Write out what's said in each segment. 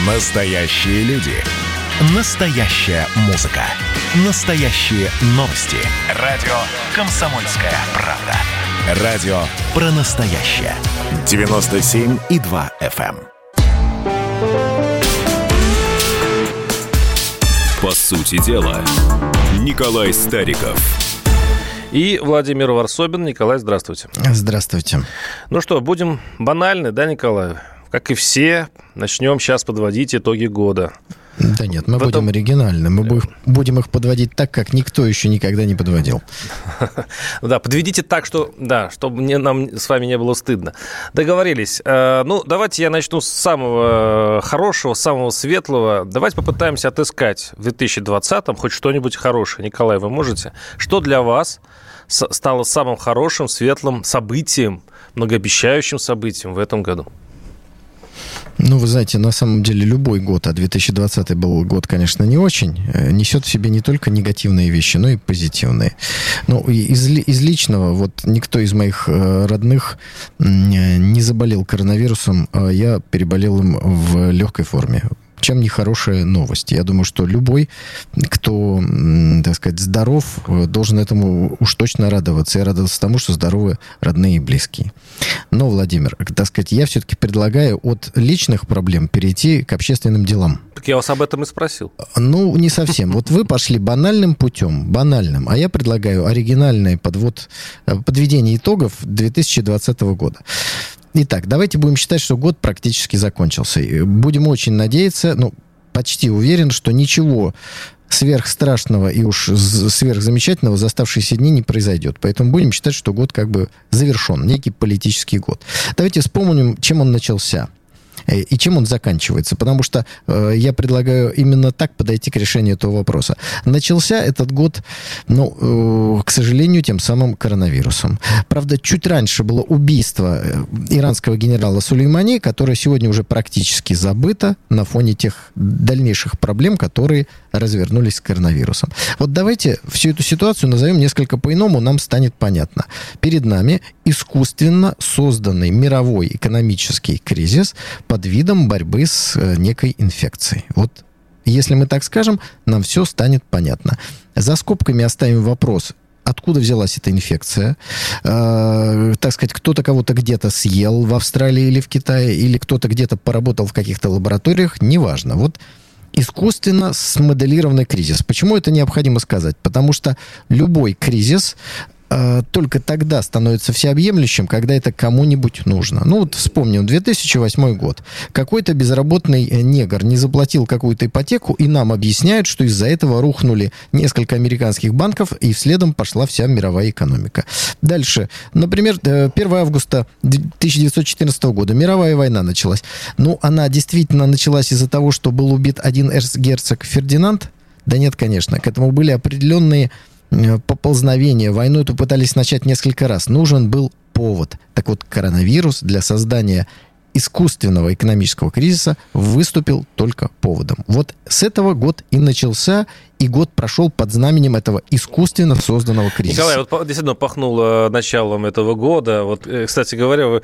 Настоящие люди. Настоящая музыка. Настоящие новости. Радио «Комсомольская правда». Радио про настоящее. 97,2 FM. По сути дела, Николай Стариков. И Владимир Варсобин. Николай, здравствуйте. Здравствуйте. Ну что, будем банальны, да, Николай? Как и все, начнем сейчас подводить итоги года. Да нет, мы будем оригинальны. Мы будем их подводить так, как никто еще никогда не подводил. Да, подведите так, чтобы нам с вами не было стыдно. Договорились. Ну, давайте я начну с самого хорошего, самого светлого. Давайте попытаемся отыскать в 2020-м хоть что-нибудь хорошее. Николай, вы можете? Что для вас стало самым хорошим, светлым событием, многообещающим событием в этом году? Ну, вы знаете, на самом деле любой год, а 2020 был год, конечно, не очень, несет в себе не только негативные вещи, но и позитивные. Ну, из личного, вот никто из моих родных не заболел коронавирусом, а я переболел им в легкой форме. Чем не хорошая новость. Я думаю, что любой, кто, так сказать, здоров, должен этому уж точно радоваться. И радоваться тому, что здоровы родные и близкие. Но, Владимир, так сказать, я все-таки предлагаю от личных проблем перейти к общественным делам. Так я вас об этом и спросил. Ну, не совсем. Вот вы пошли банальным путем, банальным, а я предлагаю оригинальное подведение итогов 2020 года. Итак, давайте будем считать, что год практически закончился. Будем очень надеяться, почти уверен, что ничего сверхстрашного и уж сверхзамечательного за оставшиеся дни не произойдет. Поэтому будем считать, что год как бы завершен, некий политический год. Давайте вспомним, чем он начался и чем он заканчивается, потому что я предлагаю именно так подойти к решению этого вопроса. Начался этот год, к сожалению, тем самым коронавирусом. Правда, чуть раньше было убийство иранского генерала Сулеймани, которое сегодня уже практически забыто на фоне тех дальнейших проблем, которые развернулись с коронавирусом. Вот давайте всю эту ситуацию назовем несколько по-иному, нам станет понятно. Перед нами искусственно созданный мировой экономический кризис под видом борьбы с некой инфекцией. Вот если мы так скажем, нам все станет понятно. За скобками оставим вопрос, откуда взялась эта инфекция. Так сказать, кто-то кого-то где-то съел в Австралии или в Китае, или кто-то где-то поработал в каких-то лабораториях, неважно. Вот искусственно смоделированный кризис. Почему это необходимо сказать? Потому что любой кризис только тогда становится всеобъемлющим, когда это кому-нибудь нужно. Вспомним, 2008 год. Какой-то безработный негр не заплатил какую-то ипотеку, и нам объясняют, что из-за этого рухнули несколько американских банков, и следом пошла вся мировая экономика. Дальше. Например, 1 августа 1914 года. Мировая война началась. Она действительно началась из-за того, что был убит один эрцгерцог Фердинанд? Да нет, конечно. К этому были определенные поползновения. Войну эту пытались начать несколько раз. Нужен был повод. Так вот, коронавирус для создания искусственного экономического кризиса выступил только поводом. Вот с этого год и начался, и год прошел под знаменем этого искусственно созданного кризиса. Николай, вот действительно пахнуло началом этого года. Вот, кстати говоря,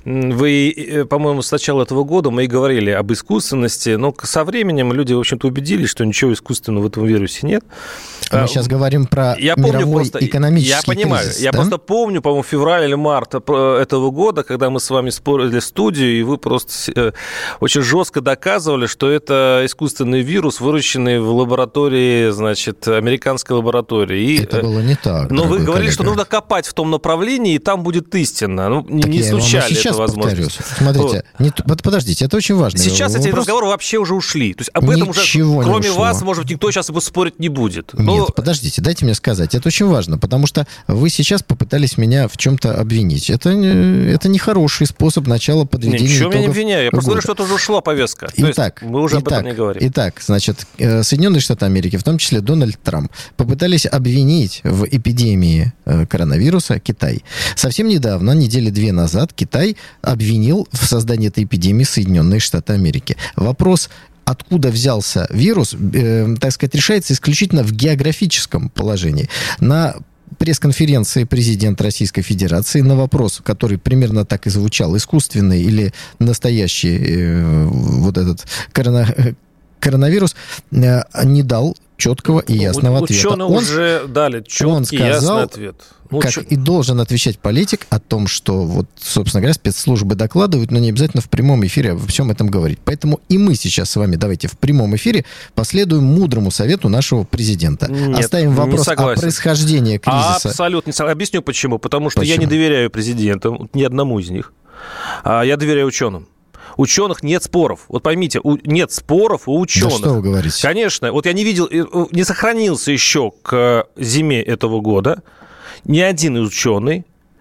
вы, по-моему, с начала этого года мы и говорили об искусственности, но со временем люди, в общем-то, убедились, что ничего искусственного в этом вирусе нет. Мы сейчас говорим про мировой экономический кризис. Я понимаю. Я просто помню, по-моему, февраль или март этого года, когда мы с вами спорили в студию, и вы просто очень жестко доказывали, что это искусственный вирус, выращенный в лаборатории, американской лаборатории. Это было не так. Но вы говорили, что нужно копать в том направлении, и там будет истина. Не случайно это возможно. Смотрите, подождите, это очень важно. Сейчас эти разговоры вообще уже ушли. То есть об этом уже, кроме вас, может быть, никто сейчас спорить не будет. Нет, подождите, дайте мне сказать. Это очень важно, потому что вы сейчас попытались меня в чем-то обвинить. Это нехороший способ начала подведения итогов. Ничего меня не обвиняю. Я просто говорю, что это уже ушла повестка. Итак, мы уже об этом не говорим. Итак, Соединенные Штаты Америки, в том числе Дональд Трамп, попытались обвинить в эпидемии коронавируса Китай. Совсем недавно, недели 2 назад, Китай обвинил в создании этой эпидемии Соединенные Штаты Америки. Вопрос, откуда взялся вирус, так сказать, решается исключительно в географическом положении. На пресс-конференции президент Российской Федерации на вопрос, который примерно так и звучал, искусственный или настоящий вот этот коронавирус, не дал четкого и ясного ответа. Ученые уже дали четкий и ясный ответ. Как и должен отвечать политик о том, что, вот, собственно говоря, спецслужбы докладывают, но не обязательно в прямом эфире обо всем этом говорить. Поэтому и мы сейчас с вами давайте в прямом эфире последуем мудрому совету нашего президента. Нет, оставим вопрос о происхождении кризиса. Абсолютно не согласен. Объясню почему. Потому что я не доверяю президентам, ни одному из них. Я доверяю ученым. У ученых нет споров. Вот поймите, нет споров у ученых. Да что вы говорите? Конечно. Вот я не видел, не сохранился еще к зиме этого года ни один ученый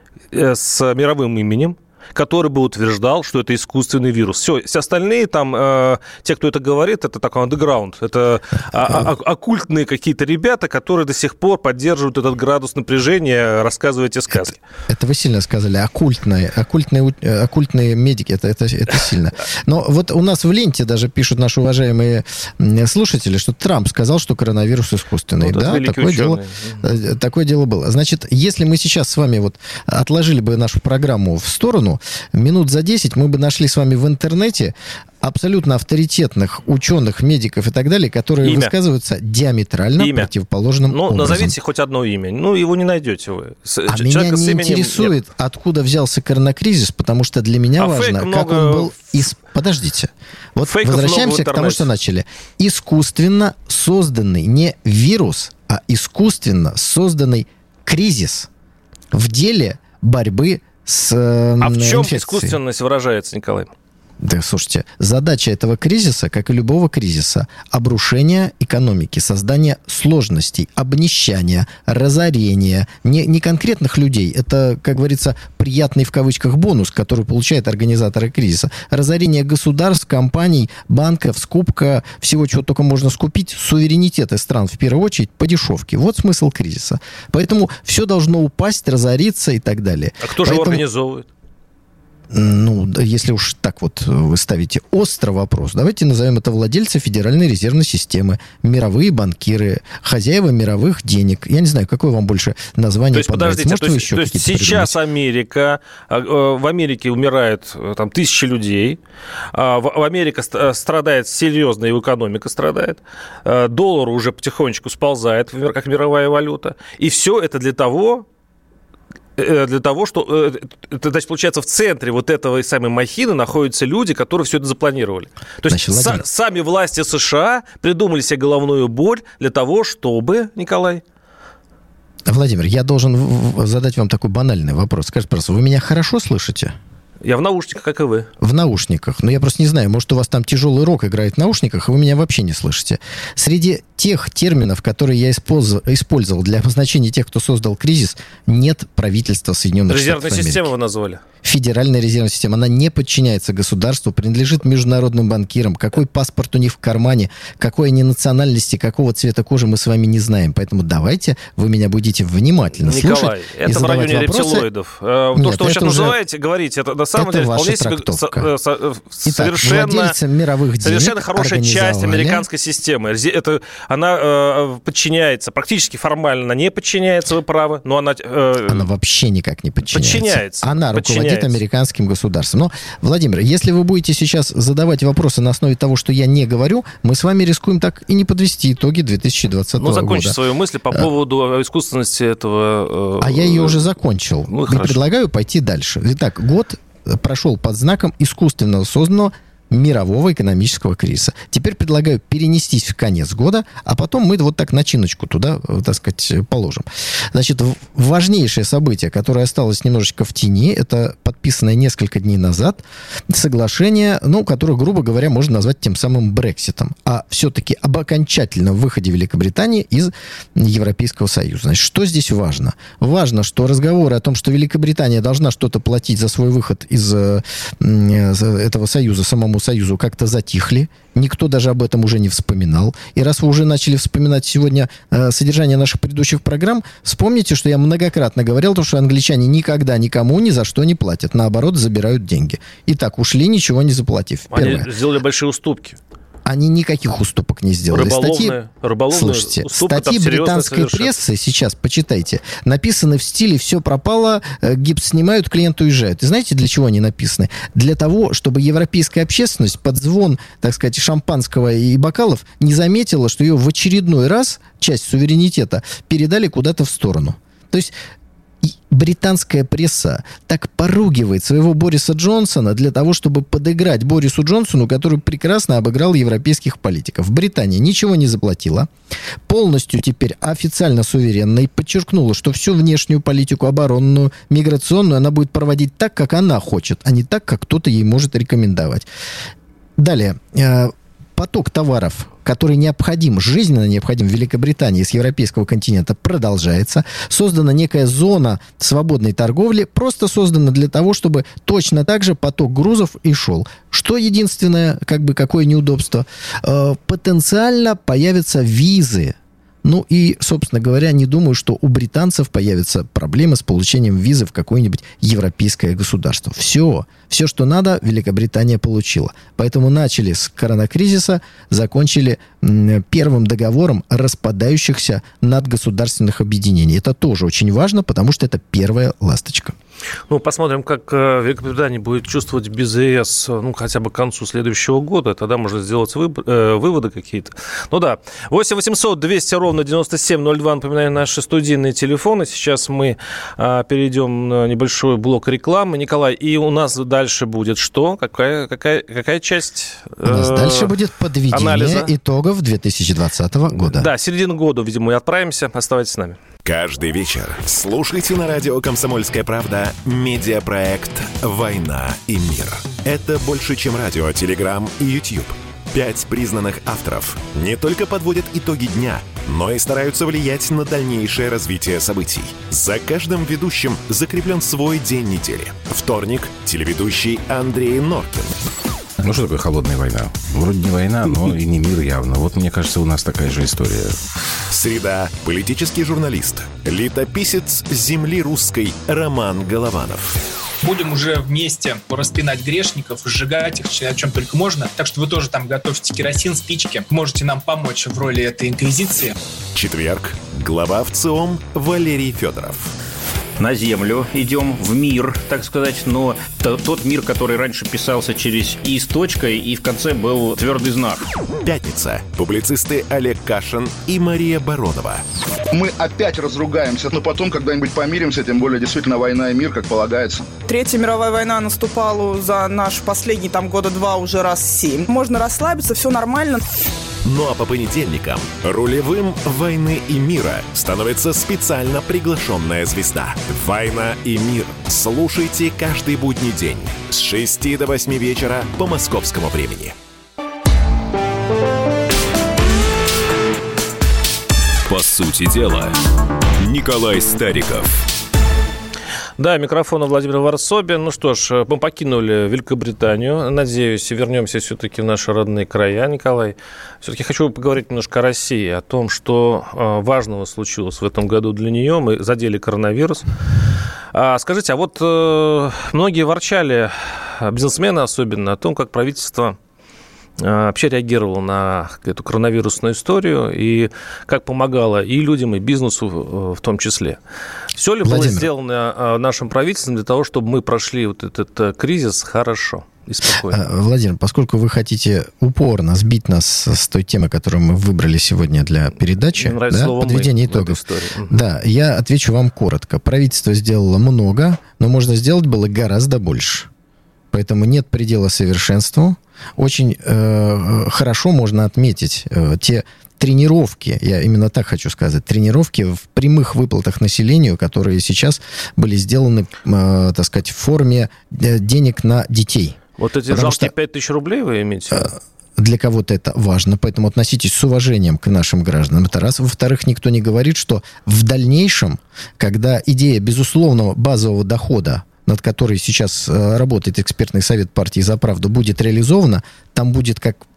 с мировым именем, который бы утверждал, что это искусственный вирус. Все остальные там, те, кто это говорит, это такой андеграунд. Это оккультные какие-то ребята, которые до сих пор поддерживают этот градус напряжения, рассказывая эти сказки. Это вы сильно сказали. Оккультные медики, это сильно. Но вот у нас в ленте даже пишут наши уважаемые слушатели, что Трамп сказал, что коронавирус искусственный. Ну, да, такое дело было. Значит, если мы сейчас с вами вот отложили бы нашу программу в сторону, минут за 10 мы бы нашли с вами в интернете абсолютно авторитетных ученых, медиков и так далее, которые высказываются диаметрально противоположным образом. Назовите хоть одно имя. Его не найдете вы. Меня не интересует, откуда взялся коронакризис, потому что для меня важно, как он был... Подождите. Вот возвращаемся к тому, что начали. Искусственно созданный не вирус, а искусственно созданный кризис в деле борьбы с в чем инфекцией. Искусственность выражается, Николай? Да, слушайте, задача этого кризиса, как и любого кризиса, обрушение экономики, создание сложностей, обнищания, разорения. Не конкретных людей. Это, как говорится, приятный в кавычках бонус, который получают организаторы кризиса. Разорение государств, компаний, банков, скупка всего, чего только можно скупить, суверенитеты стран, в первую очередь, по дешевке. Вот смысл кризиса. Поэтому все должно упасть, разориться и так далее. А кто же его организовывает? Ну, если уж так вот вы ставите остро вопрос, давайте назовем это владельцы Федеральной резервной системы, мировые банкиры, хозяева мировых денег. Я не знаю, какое вам больше название понравится. Может, вы еще какие-то сейчас Америка, в Америке умирает там тысячи людей, в Америке страдает серьезно, и экономика страдает, доллар уже потихонечку сползает, как мировая валюта, и все это для того, что, значит, получается, в центре вот этой самой махины находятся люди, которые все это запланировали. То есть сами власти США придумали себе головную боль для того, чтобы, Николай... Владимир, я должен задать вам такой банальный вопрос. Скажите, пожалуйста, вы меня хорошо слышите? Я в наушниках, как и вы. В наушниках. Но я просто не знаю, может, у вас там тяжелый рок играет в наушниках, и вы меня вообще не слышите. Среди тех терминов, которые я использовал для обозначения тех, кто создал кризис, нет правительства Соединенных Штатов Америки. Резервная система вы назвали? Федеральная резервная система. Она не подчиняется государству, принадлежит международным банкирам. Какой паспорт у них в кармане, какой они национальности, какого цвета кожи, мы с вами не знаем. Поэтому давайте вы меня будете внимательно слушать. Николай, это в районе рептилоидов. То, что вы сейчас называете, говорите, это на самом деле вполне себе совершенно хорошая часть американской системы. Она подчиняется, практически формально она не подчиняется, вы правы, но она вообще никак не подчиняется. Подчиняется. Она руководит американским государством. Но, Владимир, если вы будете сейчас задавать вопросы на основе того, что я не говорю, мы с вами рискуем так и не подвести итоги 2020 года. Закончите свою мысль по поводу искусственности этого... А я ее уже закончил. И предлагаю пойти дальше. Итак, год прошел под знаком искусственно созданного мирового экономического кризиса. Теперь предлагаю перенестись в конец года, а потом мы вот так начиночку туда, так сказать, положим. Значит, важнейшее событие, которое осталось немножечко в тени, это подписанное несколько дней назад соглашение, которое, грубо говоря, можно назвать тем самым Брекситом, а все-таки об окончательном выходе Великобритании из Европейского Союза. Значит, что здесь важно? Важно, что разговоры о том, что Великобритания должна что-то платить за свой выход из этого Союза самому Союзу, как-то затихли. Никто даже об этом уже не вспоминал. И раз вы уже начали вспоминать сегодня содержание наших предыдущих программ, вспомните, что я многократно говорил, что англичане никогда никому ни за что не платят. Наоборот, забирают деньги. Итак, ушли, ничего не заплатив. Они сделали большие уступки. Они никаких уступок не сделали. Слушайте, статьи британской прессы, сейчас почитайте, написаны в стиле «все пропало, гипс снимают, клиент уезжает». И знаете, для чего они написаны? Для того, чтобы европейская общественность под звон, так сказать, шампанского и бокалов не заметила, что ее в очередной раз часть суверенитета передали куда-то в сторону. То есть британская пресса так поругивает своего Бориса Джонсона для того, чтобы подыграть Борису Джонсону, который прекрасно обыграл европейских политиков. Британия ничего не заплатила, полностью теперь официально суверенна и подчеркнула, что всю внешнюю политику, оборонную, миграционную она будет проводить так, как она хочет, а не так, как кто-то ей может рекомендовать. Далее. Поток товаров, который необходим, жизненно необходим в Великобритании с европейского континента, продолжается. Создана некая зона свободной торговли, просто создана для того, чтобы точно так же поток грузов и шел. Что единственное, какое неудобство? Потенциально появятся визы. Ну и, собственно говоря, не думаю, что у британцев появятся проблемы с получением визы в какое-нибудь европейское государство. Все, что надо, Великобритания получила. Поэтому начали с коронакризиса, закончили первым договором распадающихся надгосударственных объединений. Это тоже очень важно, потому что это первая ласточка. Ну, посмотрим, как Великобритания будет чувствовать без ЕС, хотя бы к концу следующего года. Тогда можно сделать выводы какие-то. Ну да. 8 800 200 ровно 9702. Напоминаю, наши студийные телефоны. Сейчас мы перейдем на небольшой блок рекламы. Николай, и у нас дальше будет что? Какая часть у нас дальше будет подведение анализа итогов 2020 года. Да, середину года, видимо, мы отправимся. Оставайтесь с нами. Каждый вечер слушайте на радио «Комсомольская правда» медиапроект «Война и мир». Это больше, чем радио, телеграм и YouTube. 5 признанных авторов не только подводят итоги дня, но и стараются влиять на дальнейшее развитие событий. За каждым ведущим закреплен свой день недели. Вторник – телеведущий Андрей Норкин. Ну, что такое холодная война? Вроде не война, но и не мир явно. Вот, мне кажется, у нас такая же история. Среда. Политический журналист, летописец земли русской Роман Голованов. Будем уже вместе распинать грешников, сжигать их, о чем только можно. Так что вы тоже там готовьте керосин, спички. Можете нам помочь в роли этой инквизиции. Четверг. Глава ВЦИОМ Валерий Федоров. На землю идем, в мир, так сказать, но тот мир, который раньше писался через «и» с точкой, и в конце был твердый знак. Пятница. Публицисты Олег Кашин и Мария Баронова. Мы опять разругаемся, но потом когда-нибудь помиримся, тем более действительно война и мир, как полагается. Третья мировая война наступала за наш последний года 2 уже раз 7. Можно расслабиться, все нормально. Ну а по понедельникам рулевым «Войны и мира» становится специально приглашенная звезда. «Война и мир». Слушайте каждый будний день с 6 до 8 вечера по московскому времени. По сути дела, Николай Стариков. Да, микрофон у Владимира Варсобин. Ну что ж, мы покинули Великобританию. Надеюсь, вернемся все-таки в наши родные края, Николай. Все-таки хочу поговорить немножко о России, о том, что важного случилось в этом году для нее. Мы задели коронавирус. Скажите, а вот многие ворчали, бизнесмены особенно, о том, как правительство вообще реагировала на эту коронавирусную историю и как помогала и людям, и бизнесу в том числе. Все ли было сделано нашим правительством для того, чтобы мы прошли вот этот кризис хорошо и спокойно? Владимир, поскольку вы хотите упорно сбить нас с той темы, которую мы выбрали сегодня для передачи, подведение итогов, да, я отвечу вам коротко. Правительство сделало много, но можно сделать было гораздо больше. Поэтому нет предела совершенству. Очень хорошо можно отметить те тренировки, я именно так хочу сказать, тренировки в прямых выплатах населению, которые сейчас были сделаны, так сказать, в форме денег на детей. Вот эти жалкие 5 тысяч рублей вы имеете? Для кого-то это важно, поэтому относитесь с уважением к нашим гражданам. Это раз. Во-вторых, никто не говорит, что в дальнейшем, когда идея безусловного базового дохода, над которой сейчас работает экспертный совет партии «За правду», будет реализована, там будет как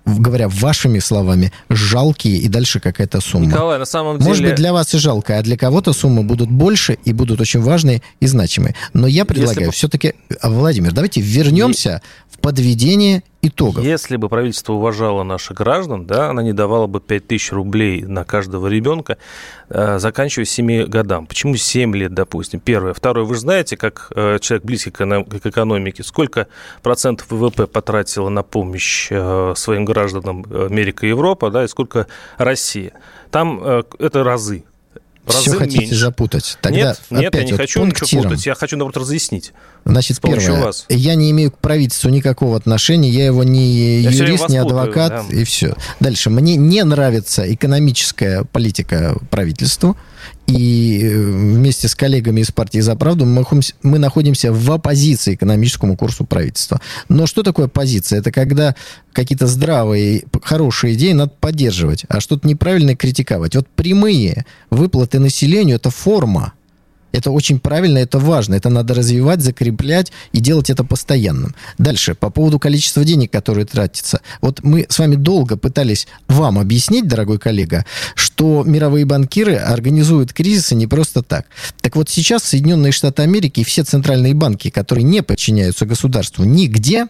говоря вашими словами, жалкие, и дальше какая-то сумма. Николай, на самом деле... Может быть, для вас и жалко, а для кого-то суммы будут больше и будут очень важные и значимые. Но я предлагаю все-таки... Владимир, давайте вернемся в подведение итогов. Если бы правительство уважало наших граждан, да, она не давала бы 5000 рублей на каждого ребенка, заканчивая 7 годам. Почему 7 лет, допустим? Первое. Второе. Вы же знаете, как человек близкий к экономике, сколько процентов ВВП потратила на помощь своим гражданам Америка и Европа, да, и сколько Россия? Там это разы. Все хотите меньше запутать. Тогда нет, я не хочу пунктиром. ничего путать. Я хочу, наоборот, разъяснить. Значит, первое. Я не имею к правительству никакого отношения. Я его не юрист, не адвокат, да. И все. Дальше. Мне не нравится экономическая политика правительству. И вместе с коллегами из партии «За правду» мы находимся в оппозиции экономическому курсу правительства. Но что такое оппозиция? Это когда какие-то здравые, хорошие идеи надо поддерживать, а что-то неправильное критиковать. Вот прямые выплаты населению – это форма. Это очень правильно, это важно. Это надо развивать, закреплять и делать это постоянным. Дальше, по поводу количества денег, которые тратятся. Вот мы с вами долго пытались вам объяснить, дорогой коллега, что мировые банкиры организуют кризисы не просто так. Так вот сейчас Соединенные Штаты Америки и все центральные банки, которые не подчиняются государству нигде,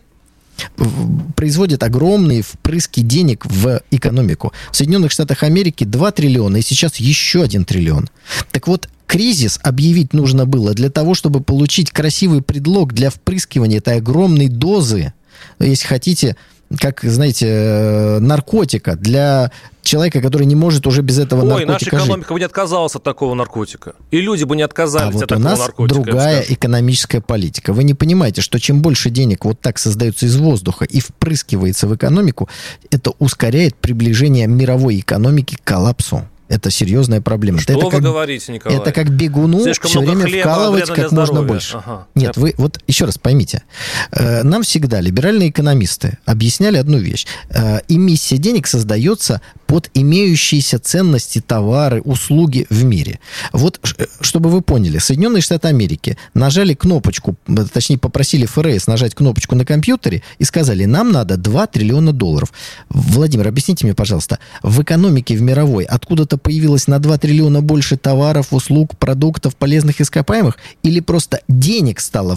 производят огромные впрыски денег в экономику. В Соединенных Штатах Америки 2 триллиона, и сейчас еще 1 триллион. Так вот, кризис объявить нужно было для того, чтобы получить красивый предлог для впрыскивания этой огромной дозы, если хотите, как, знаете, наркотика для человека, который не может уже без этого наркотика жить. Наша экономика бы не отказалась от такого наркотика. И люди бы не отказались от такого наркотика. А вот у нас другая экономическая политика. Вы не понимаете, что чем больше денег вот так создается из воздуха и впрыскивается в экономику, это ускоряет приближение мировой экономики к коллапсу. Это серьезная проблема. Что вы говорите, Николай? Это как бегуну слишком все время вкалывать как можно больше. Ага. Нет, вы вот еще раз поймите. Нам всегда либеральные экономисты объясняли одну вещь. Эмиссия денег создается под имеющиеся ценности, товары, услуги в мире. Вот, чтобы вы поняли, Соединенные Штаты Америки нажали кнопочку, точнее, попросили ФРС нажать кнопочку на компьютере и сказали, нам надо 2 триллиона долларов. Владимир, объясните мне, пожалуйста, в экономике в мировой откуда-то появилось на 2 триллиона больше товаров, услуг, продуктов, полезных ископаемых, или просто денег стало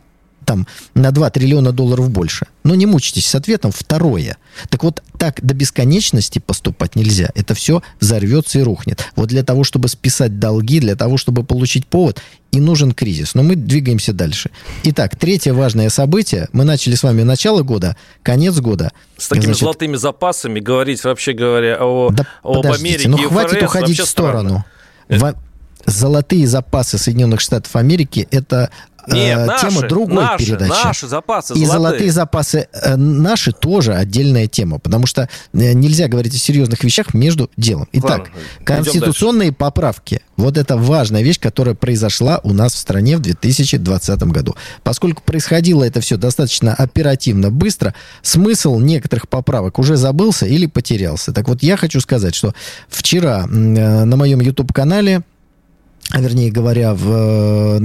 на 2 триллиона долларов больше? Но не мучайтесь с ответом. Второе. Так вот, так до бесконечности поступать нельзя. Это все взорвется и рухнет. Вот для того, чтобы списать долги, для того, чтобы получить повод, и нужен кризис. Но мы двигаемся дальше. Итак, третье важное событие. Мы начали с вами начало года, конец года. С такими золотыми запасами говорить, вообще говоря, об Америке и ФРС, хватит уходить в сторону. Золотые запасы Соединенных Штатов Америки – это тема другой передачи. Наши запасы и золотые запасы наши тоже отдельная тема, потому что нельзя говорить о серьезных вещах между делом. Итак, конституционные поправки. Вот это важная вещь, которая произошла у нас в стране в 2020 году. Поскольку происходило это все достаточно оперативно, быстро, смысл некоторых поправок уже забылся или потерялся. Так вот, я хочу сказать, что вчера на моем YouTube-канале, вернее говоря, в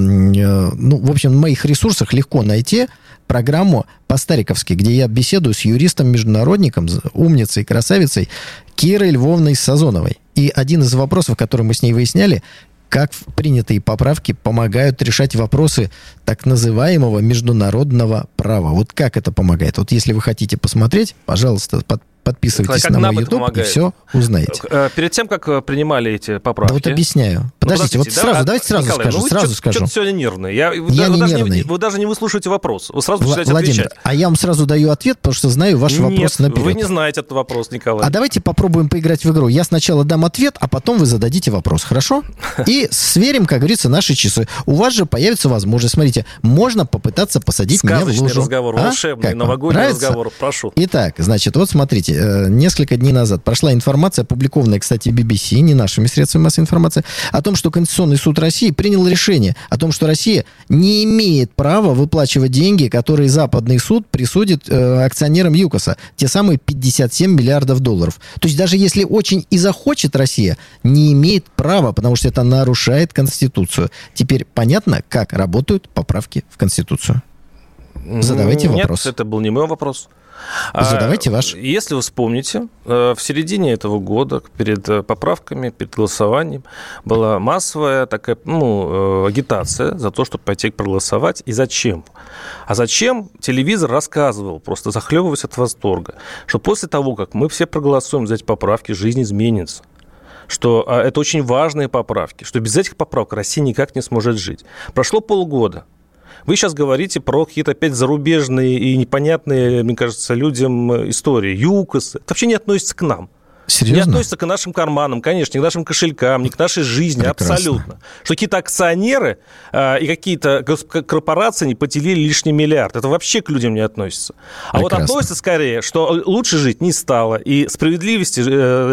моих ресурсах легко найти программу по-стариковски, где я беседую с юристом-международником, умницей, красавицей Кирой Львовной Сазоновой. И один из вопросов, который мы с ней выясняли, как принятые поправки помогают решать вопросы так называемого международного права. Вот как это помогает? Вот если вы хотите посмотреть, пожалуйста, подписывайтесь на мой YouTube и все узнаете. Перед тем, как принимали эти поправки... Да вот объясняю. Подождите, давайте сразу Николай, скажу. Что-то сегодня нервный. Вы даже не выслушаете вопрос. Вы сразу начинаете Владимир, отвечать. А я вам сразу даю ответ, потому что знаю ваш вопрос наперед. Вы не знаете этот вопрос, Николай. А давайте попробуем поиграть в игру. Я сначала дам ответ, а потом вы зададите вопрос. Хорошо? И сверим, как говорится, наши часы. У вас же появится возможность. Смотрите, можно попытаться посадить меня в лужу. Сказочный разговор, волшебный, новогодний разговор. Прошу. Итак, значит, вот смотрите. Несколько дней назад прошла информация, опубликованная, кстати, BBC, не нашими средствами массовой информации, о том, что Конституционный суд России принял решение о том, что Россия не имеет права выплачивать деньги, которые Западный суд присудит акционерам ЮКОСа, те самые 57 миллиардов долларов. То есть даже если очень и захочет Россия, не имеет права, потому что это нарушает Конституцию. Теперь понятно, как работают поправки в Конституцию? Задавайте вопрос. Нет, это был не мой вопрос. Задавайте ваш. Если вы вспомните, в середине этого года перед поправками, перед голосованием была массовая такая, агитация за то, чтобы пойти проголосовать. И зачем? А зачем? Телевизор рассказывал, просто захлебываясь от восторга, что после того, как мы все проголосуем за эти поправки, жизнь изменится. Что это очень важные поправки, что без этих поправок Россия никак не сможет жить. Прошло полгода. Вы сейчас говорите про какие-то опять зарубежные и непонятные, мне кажется, людям истории. ЮКОС. Это вообще не относится к нам. Серьезно? Не относится к нашим карманам, конечно, не к нашим кошелькам, не к нашей жизни. Прекрасно. Абсолютно. Что какие-то акционеры и какие-то корпорации не поделили лишний миллиард. Это вообще к людям не относится. А Прекрасно. Вот относится скорее, что лучше жить не стало. И справедливости,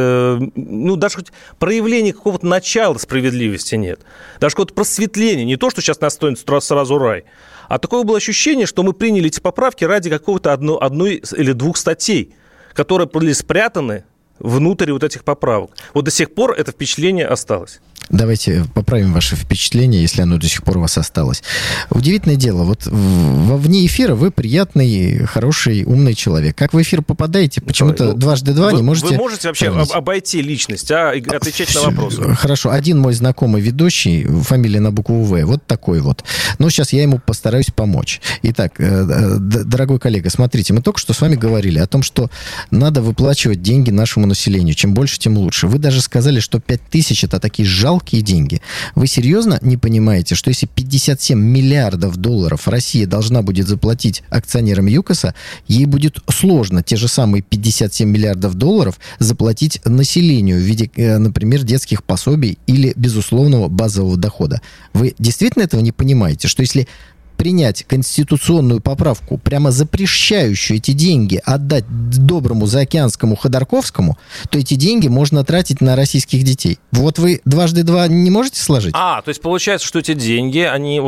даже хоть проявления какого-то начала справедливости нет. Даже какого-то просветления. Не то, что сейчас настроен сразу рай. А такое было ощущение, что мы приняли эти поправки ради какого-то одной или двух статей, которые были спрятаны внутрь вот этих поправок. Вот до сих пор это впечатление осталось. Давайте поправим ваше впечатление, если оно до сих пор у вас осталось. Удивительное дело, вот вне эфира вы приятный, хороший, умный человек. Как в эфир попадаете, почему-то дважды два не можете... Вы можете вообще обойти личность, и отвечать на вопросы? Хорошо. Один мой знакомый ведущий, фамилия на букву В, вот такой вот. Но сейчас я ему постараюсь помочь. Итак, дорогой коллега, смотрите, мы только что с вами говорили о том, что надо выплачивать деньги нашему населению. Чем больше, тем лучше. Вы даже сказали, что 5000 это такие жалкие деньги. Вы серьезно не понимаете, что если 57 миллиардов долларов Россия должна будет заплатить акционерам ЮКОСа, ей будет сложно те же самые 57 миллиардов долларов заплатить населению в виде, например, детских пособий или безусловного базового дохода. Вы действительно этого не понимаете, что если принять конституционную поправку, прямо запрещающую эти деньги отдать доброму заокеанскому Ходорковскому, то эти деньги можно тратить на российских детей. Вот вы дважды два не можете сложить? То есть получается, что эти деньги, они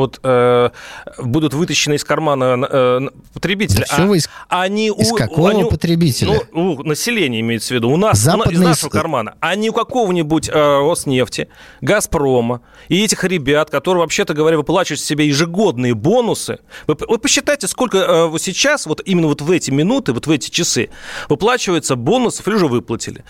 будут вытащены из кармана потребителя. Да из какого потребителя? Население имеется в виду. Из нашего кармана. А не у какого-нибудь Роснефти, Газпрома и этих ребят, которые, вообще-то говоря, выплачивают себе ежегодные бонусы. Вы посчитайте, сколько сейчас, вот именно вот в эти минуты, вот в эти часы, выплачивается бонусов или уже выплатили.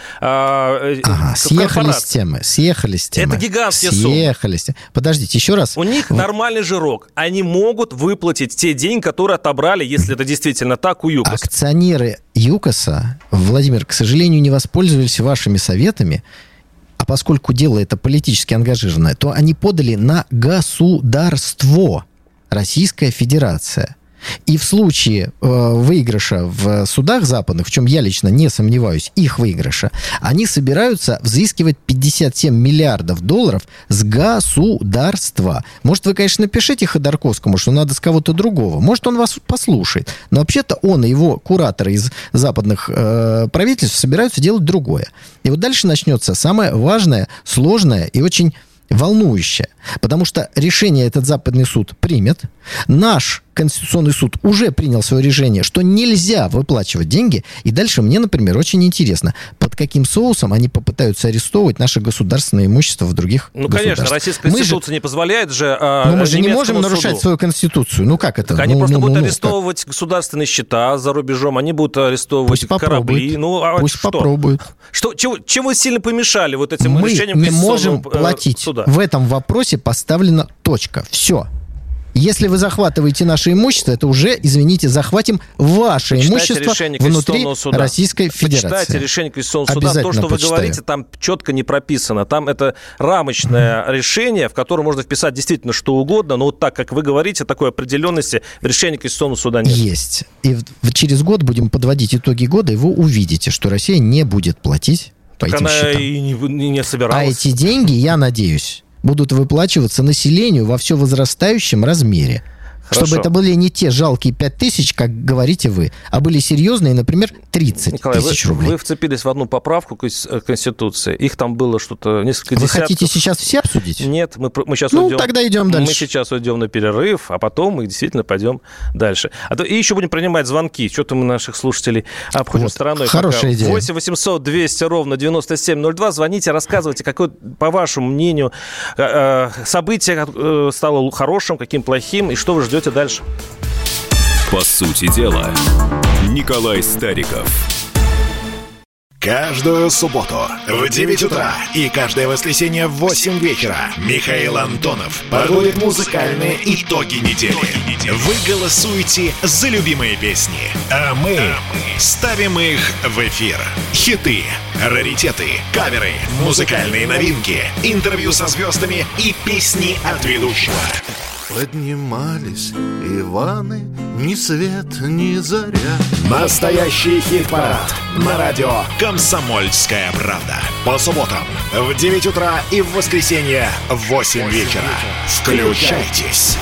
Съехали с темы. Это гигантские суммы. Подождите, еще раз. У них нормальный жирок. Они могут выплатить те деньги, которые отобрали, если это действительно так, у ЮКОСа. Акционеры ЮКОСа, Владимир, к сожалению, не воспользовались вашими советами. А поскольку дело это политически ангажированное, то они подали на государство. Российская Федерация. И в случае выигрыша в судах западных, в чем я лично не сомневаюсь, их выигрыша, они собираются взыскивать 57 миллиардов долларов с государства. Может, вы, конечно, напишите Ходорковскому, что надо с кого-то другого. Может, он вас послушает. Но вообще-то он и его кураторы из западных правительств собираются делать другое. И вот дальше начнется самое важное, сложное и очень волнующее. Потому что решение этот западный суд примет. Наш Конституционный суд уже принял свое решение, что нельзя выплачивать деньги. И дальше мне, например, очень интересно, под каким соусом они попытаются арестовывать наше государственное имущество в других государствах. Конечно, российская конституция не позволяет же но мы же не можем нарушать свою конституцию. Ну, как это? Они просто будут арестовывать государственные счета за рубежом, они будут арестовывать корабли. Пусть попробуют. Чем вы сильно помешали вот этим решением Конституционного суда? Мы не можем платить. В этом вопросе поставлена точка. Все. Если вы захватываете наше имущество, это уже, извините, захватим ваше имущество внутри Российской Федерации. Почитайте решение Конституционного суда. То, что вы говорите, там четко не прописано. Там это рамочное решение, в которое можно вписать действительно что угодно, но вот так, как вы говорите, такой определенности в решении Конституционного суда нет. Есть. И через год будем подводить итоги года, и вы увидите, что Россия не будет платить по этим счетам. И не собиралась. А эти деньги, я надеюсь, будут выплачиваться населению во все возрастающем размере. Хорошо. Чтобы это были не те жалкие 5000, как говорите вы, а были серьезные, например, 30 тысяч рублей. Вы вцепились в одну поправку к Конституции. Их там было что-то несколько десятков. Вы хотите сейчас все обсудить? Нет, мы сейчас уйдем. Тогда идем дальше. Мы сейчас уйдем на перерыв, а потом мы действительно пойдем дальше. И еще будем принимать звонки. Что-то мы наших слушателей обходим стороной. Хорошая идея. 8 800 200 ровно 9702. Звоните, рассказывайте, какое, по вашему мнению, событие стало хорошим, каким плохим, и что вы ждете дальше. По сути дела. Николай Стариков. Каждую субботу в 9 утра и каждое воскресенье в 8 вечера Михаил Антонов подводит музыкальные итоги недели. Вы голосуете за любимые песни, а мы ставим их в эфир. Хиты, раритеты, каверы, музыкальные новинки, интервью со звездами и песни от ведущего. Поднимались Иваны, ни свет, ни заря. Настоящий хит-парад на радио «Комсомольская правда». По субботам в 9 утра и в воскресенье в 8 вечера. Включайтесь.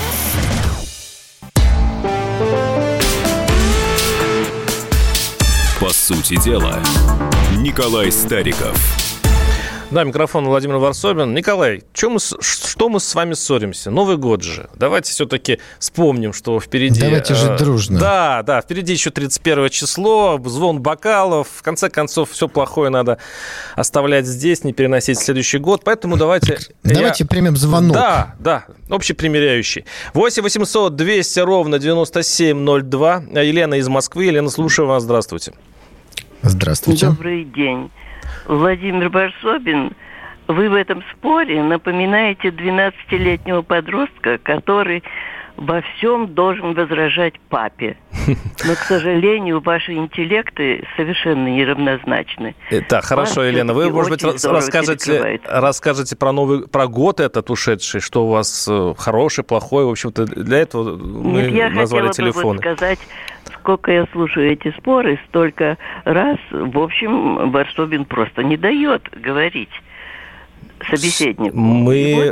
По сути дела, Николай Стариков. Да, микрофон Владимир Варсобин. Николай, что мы с вами ссоримся? Новый год же. Давайте все-таки вспомним, что впереди... Давайте жить дружно. Да, впереди еще 31 число, звон бокалов. В конце концов, все плохое надо оставлять здесь, не переносить в следующий год. Поэтому давайте примем звонок. Да, общепримиряющий. 8 800 200 ровно 9702. Елена из Москвы. Елена, слушаю вас. Здравствуйте. Здравствуйте. Добрый день. Владимир Варсобин, вы в этом споре напоминаете 12-летнего подростка, который во всем должен возражать папе. Но, к сожалению, ваши интеллекты совершенно неравнозначны. Так, хорошо, Елена, вы, может быть, расскажете про год этот ушедший, что у вас хороший, плохой, в общем-то, для этого мы назвали телефоны. Я хотела бы сказать, сколько я слушаю эти споры, столько раз, в общем, Варсобин просто не дает говорить собеседнику. Мы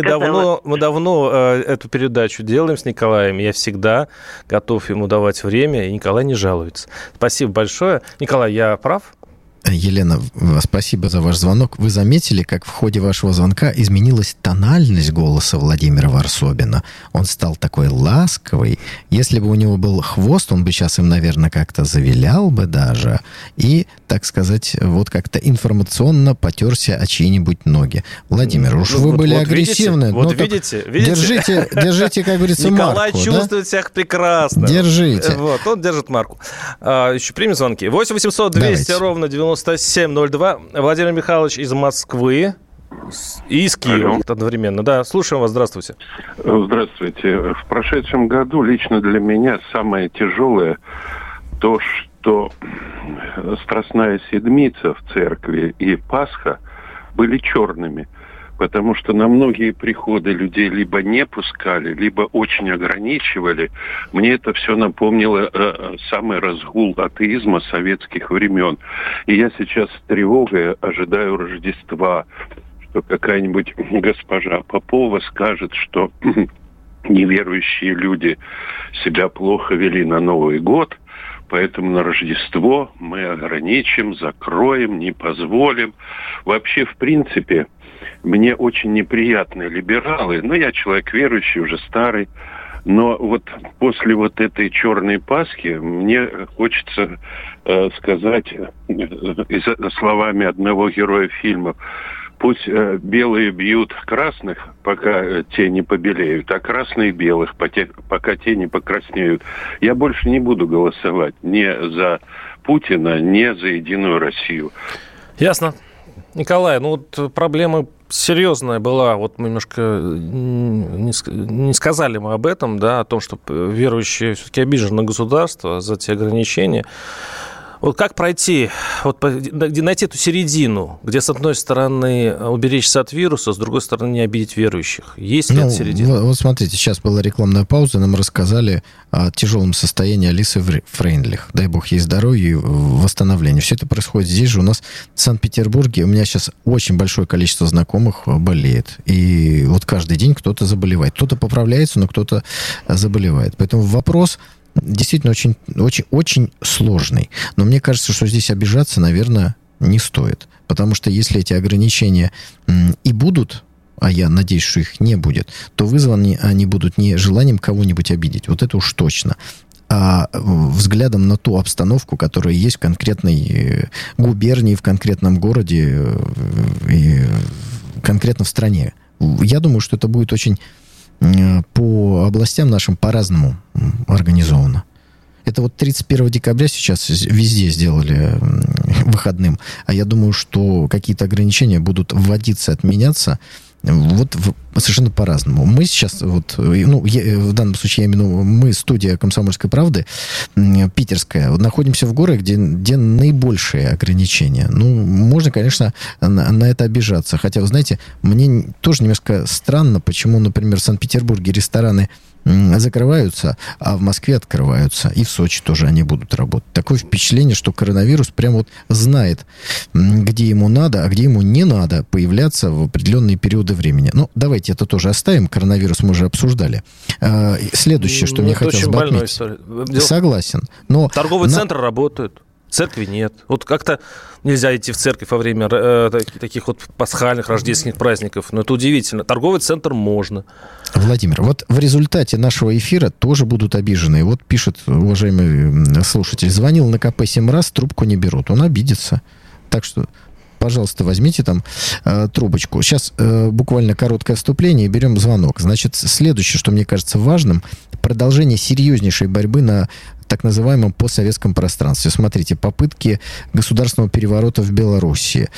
давно эту передачу делаем с Николаем. Я всегда готов ему давать время, и Николай не жалуется. Спасибо большое. Николай, я прав? Елена, спасибо за ваш звонок. Вы заметили, как в ходе вашего звонка изменилась тональность голоса Владимира Варсобина? Он стал такой ласковый. Если бы у него был хвост, он бы сейчас им, наверное, как-то завилял бы даже. И, так сказать, вот как-то информационно потерся о чьи-нибудь ноги. Владимир, уж вы были агрессивны. Видите? Держите, как говорится, Николай марку. Николай чувствует себя прекрасно. Держите. Вот, он держит марку. Еще примем звонки. 8 800 200 ровно 9702. Владимир Михайлович из Москвы и из Киева одновременно. Да, слушаем вас. Здравствуйте. Здравствуйте. В прошедшем году лично для меня самое тяжелое то, что Страстная Седмица в церкви и Пасха были черными. Потому что на многие приходы людей либо не пускали, либо очень ограничивали. Мне это все напомнило самый разгул атеизма советских времен. И я сейчас с тревогой ожидаю Рождества, что какая-нибудь госпожа Попова скажет, что неверующие люди себя плохо вели на Новый год, поэтому на Рождество мы ограничим, закроем, не позволим. Вообще, в принципе, мне очень неприятны либералы, но я человек верующий, уже старый, но вот после вот этой черной Пасхи мне хочется сказать словами одного героя фильма: пусть белые бьют красных, пока те не побелеют, а красные белых, пока те не покраснеют. Я больше не буду голосовать ни за Путина, ни за Единую Россию. Ясно. Николай, проблема серьезная была. Вот мы немножко не сказали мы об этом, да, о том, что верующие все-таки обижены на государство за те ограничения. Вот как пройти, найти эту середину, где, с одной стороны, уберечься от вируса, с другой стороны, не обидеть верующих? Есть ли эта середина? Вот смотрите, сейчас была рекламная пауза, нам рассказали о тяжелом состоянии Алисы Фрейндлих. Дай бог ей здоровья и восстановления. Все это происходит здесь же, у нас в Санкт-Петербурге. У меня сейчас очень большое количество знакомых болеет. И вот каждый день кто-то заболевает. Кто-то поправляется, но кто-то заболевает. Поэтому вопрос действительно очень, очень, очень сложный. Но мне кажется, что здесь обижаться, наверное, не стоит. Потому что если эти ограничения и будут, а я надеюсь, что их не будет, то вызваны они будут не желанием кого-нибудь обидеть. Вот это уж точно. А взглядом на ту обстановку, которая есть в конкретной губернии, в конкретном городе и конкретно в стране. Я думаю, что это будет очень по областям нашим по-разному организовано. Это вот 31 декабря сейчас везде сделали выходным. А я думаю, что какие-то ограничения будут вводиться, отменяться вот совершенно по-разному. Мы сейчас, вот, в данном случае, я имею в виду, мы, студия «Комсомольской правды», питерская, находимся в городе, где наибольшие ограничения. Можно, конечно, на это обижаться. Хотя, вы знаете, мне тоже немножко странно, почему, например, в Санкт-Петербурге рестораны закрываются, а в Москве открываются. И в Сочи тоже они будут работать. Такое впечатление, что коронавирус прям вот знает, где ему надо, а где ему не надо появляться в определенные периоды времени. Давайте это тоже оставим. Коронавирус мы уже обсуждали. Следующее, что мне хотелось бы отметить. Согласен. Но торговые центры работают. Церкви нет. Вот как-то нельзя идти в церковь во время таких вот пасхальных, рождественских праздников. Но это удивительно. Торговый центр можно. Владимир, вот в результате нашего эфира тоже будут обижены. Вот пишет уважаемый слушатель. Звонил на КП 7 раз, трубку не берут. Он обидится. Так что, пожалуйста, возьмите там трубочку. Сейчас буквально короткое вступление и берем звонок. Значит, следующее, что мне кажется важным, продолжение серьезнейшей борьбы на так называемом постсоветском пространстве. Смотрите, попытки государственного переворота в Белоруссии,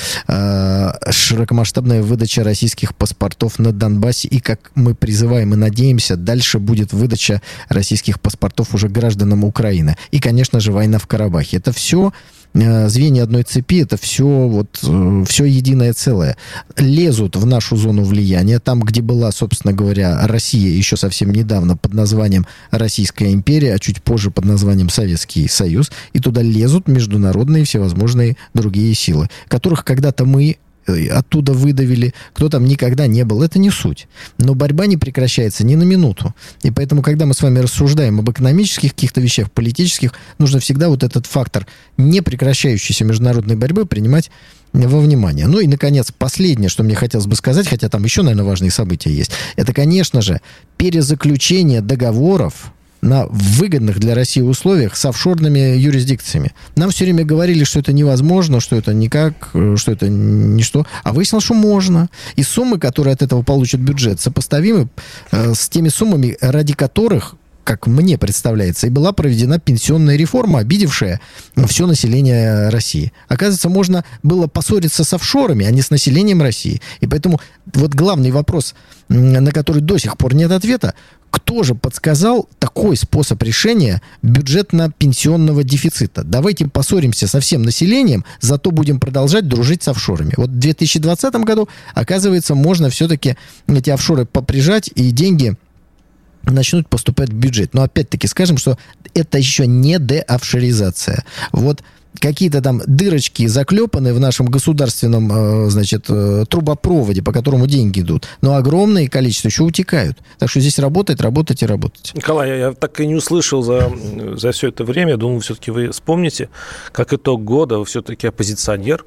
широкомасштабная выдача российских паспортов на Донбассе, и, как мы призываем и надеемся, дальше будет выдача российских паспортов уже гражданам Украины. И, конечно же, война в Карабахе. Это все звенья одной цепи, это все единое целое. Лезут в нашу зону влияния, там, где была, собственно говоря, Россия еще совсем недавно под названием Российская империя, а чуть позже под названием Советский Союз, и туда лезут международные всевозможные другие силы, которых когда-то мы оттуда выдавили, кто там никогда не был. Это не суть. Но борьба не прекращается ни на минуту. И поэтому, когда мы с вами рассуждаем об экономических каких-то вещах, политических, нужно всегда вот этот фактор непрекращающейся международной борьбы принимать во внимание. И, наконец, последнее, что мне хотелось бы сказать, хотя там еще, наверное, важные события есть, это, конечно же, перезаключение договоров на выгодных для России условиях с офшорными юрисдикциями. Нам все время говорили, что это невозможно, что это никак, что это ничто. А выяснилось, что можно. И суммы, которые от этого получит бюджет, сопоставимы с теми суммами, ради которых, как мне представляется, и была проведена пенсионная реформа, обидевшая все население России. Оказывается, можно было поссориться с офшорами, а не с населением России. И поэтому вот главный вопрос, на который до сих пор нет ответа, кто же подсказал такой способ решения бюджетно-пенсионного дефицита? Давайте поссоримся со всем населением, зато будем продолжать дружить с офшорами. Вот в 2020 году, оказывается, можно все-таки эти офшоры поприжать, и деньги начнут поступать в бюджет. Но опять-таки скажем, что это еще не деофшоризация. Вот какие-то там дырочки заклепаны в нашем государственном, трубопроводе, по которому деньги идут. Но огромное количество еще утекают. Так что здесь работать и работать. Николай, я так и не услышал за все это время. Думаю, все-таки вы вспомните, как итог года вы все-таки оппозиционер,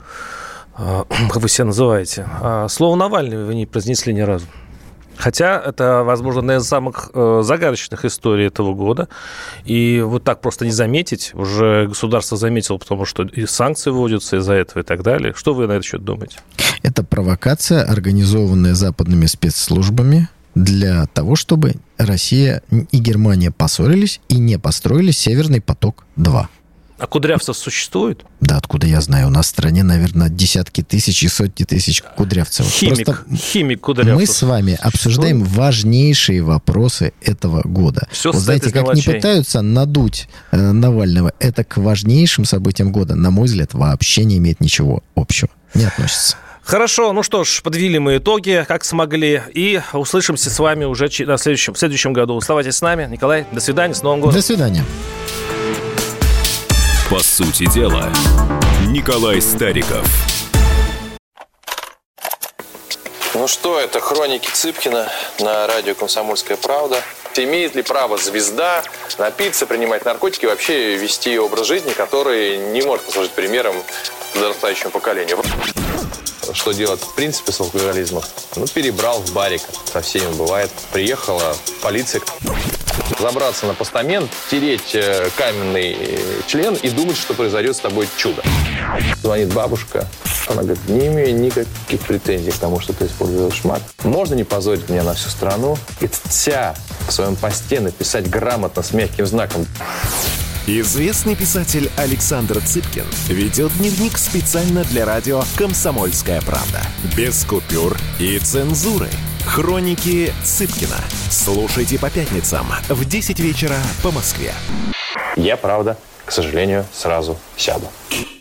как вы себя называете. Слово «Навальный» вы не произнесли ни разу. Хотя это, возможно, одна из самых загадочных историй этого года. И вот так просто не заметить. Уже государство заметило, потому что и санкции вводятся из-за этого и так далее. Что вы на этот счет думаете? Это провокация, организованная западными спецслужбами для того, чтобы Россия и Германия поссорились и не построили «Северный поток-2». А кудрявцев существует? Да, откуда я знаю. У нас в стране, наверное, десятки тысяч и сотни тысяч кудрявцев. Химик кудрявцев. Мы с вами обсуждаем важнейшие вопросы этого года. Все вот знаете, как мелочей. Не пытаются надуть Навального, это к важнейшим событиям года, на мой взгляд, вообще не имеет ничего общего. Не относится. Хорошо, ну что ж, подвели мы итоги, как смогли, и услышимся с вами уже в следующем году. Оставайтесь с нами. Николай, до свидания, с Новым годом. До свидания. По сути дела, Николай Стариков. Ну что, это хроники Цыпкина на радио «Комсомольская правда». Имеет ли право звезда напиться, принимать наркотики и вообще вести образ жизни, который не может послужить примером подрастающему поколению? Что делать в принципе с алкоголизмом? Перебрал в барик, со всеми бывает. Приехала полиция. Забраться на постамент, тереть каменный член и думать, что произойдет с тобой чудо. Звонит бабушка. Она говорит, не имею никаких претензий к тому, что ты используешь мат. Можно не позорить меня на всю страну и в своем посте написать грамотно с мягким знаком. Известный писатель Александр Цыпкин ведет дневник специально для радио «Комсомольская правда». Без купюр и цензуры. Хроники Цыпкина. Слушайте по пятницам в 10 вечера по Москве. Я, правда, к сожалению, сразу сяду.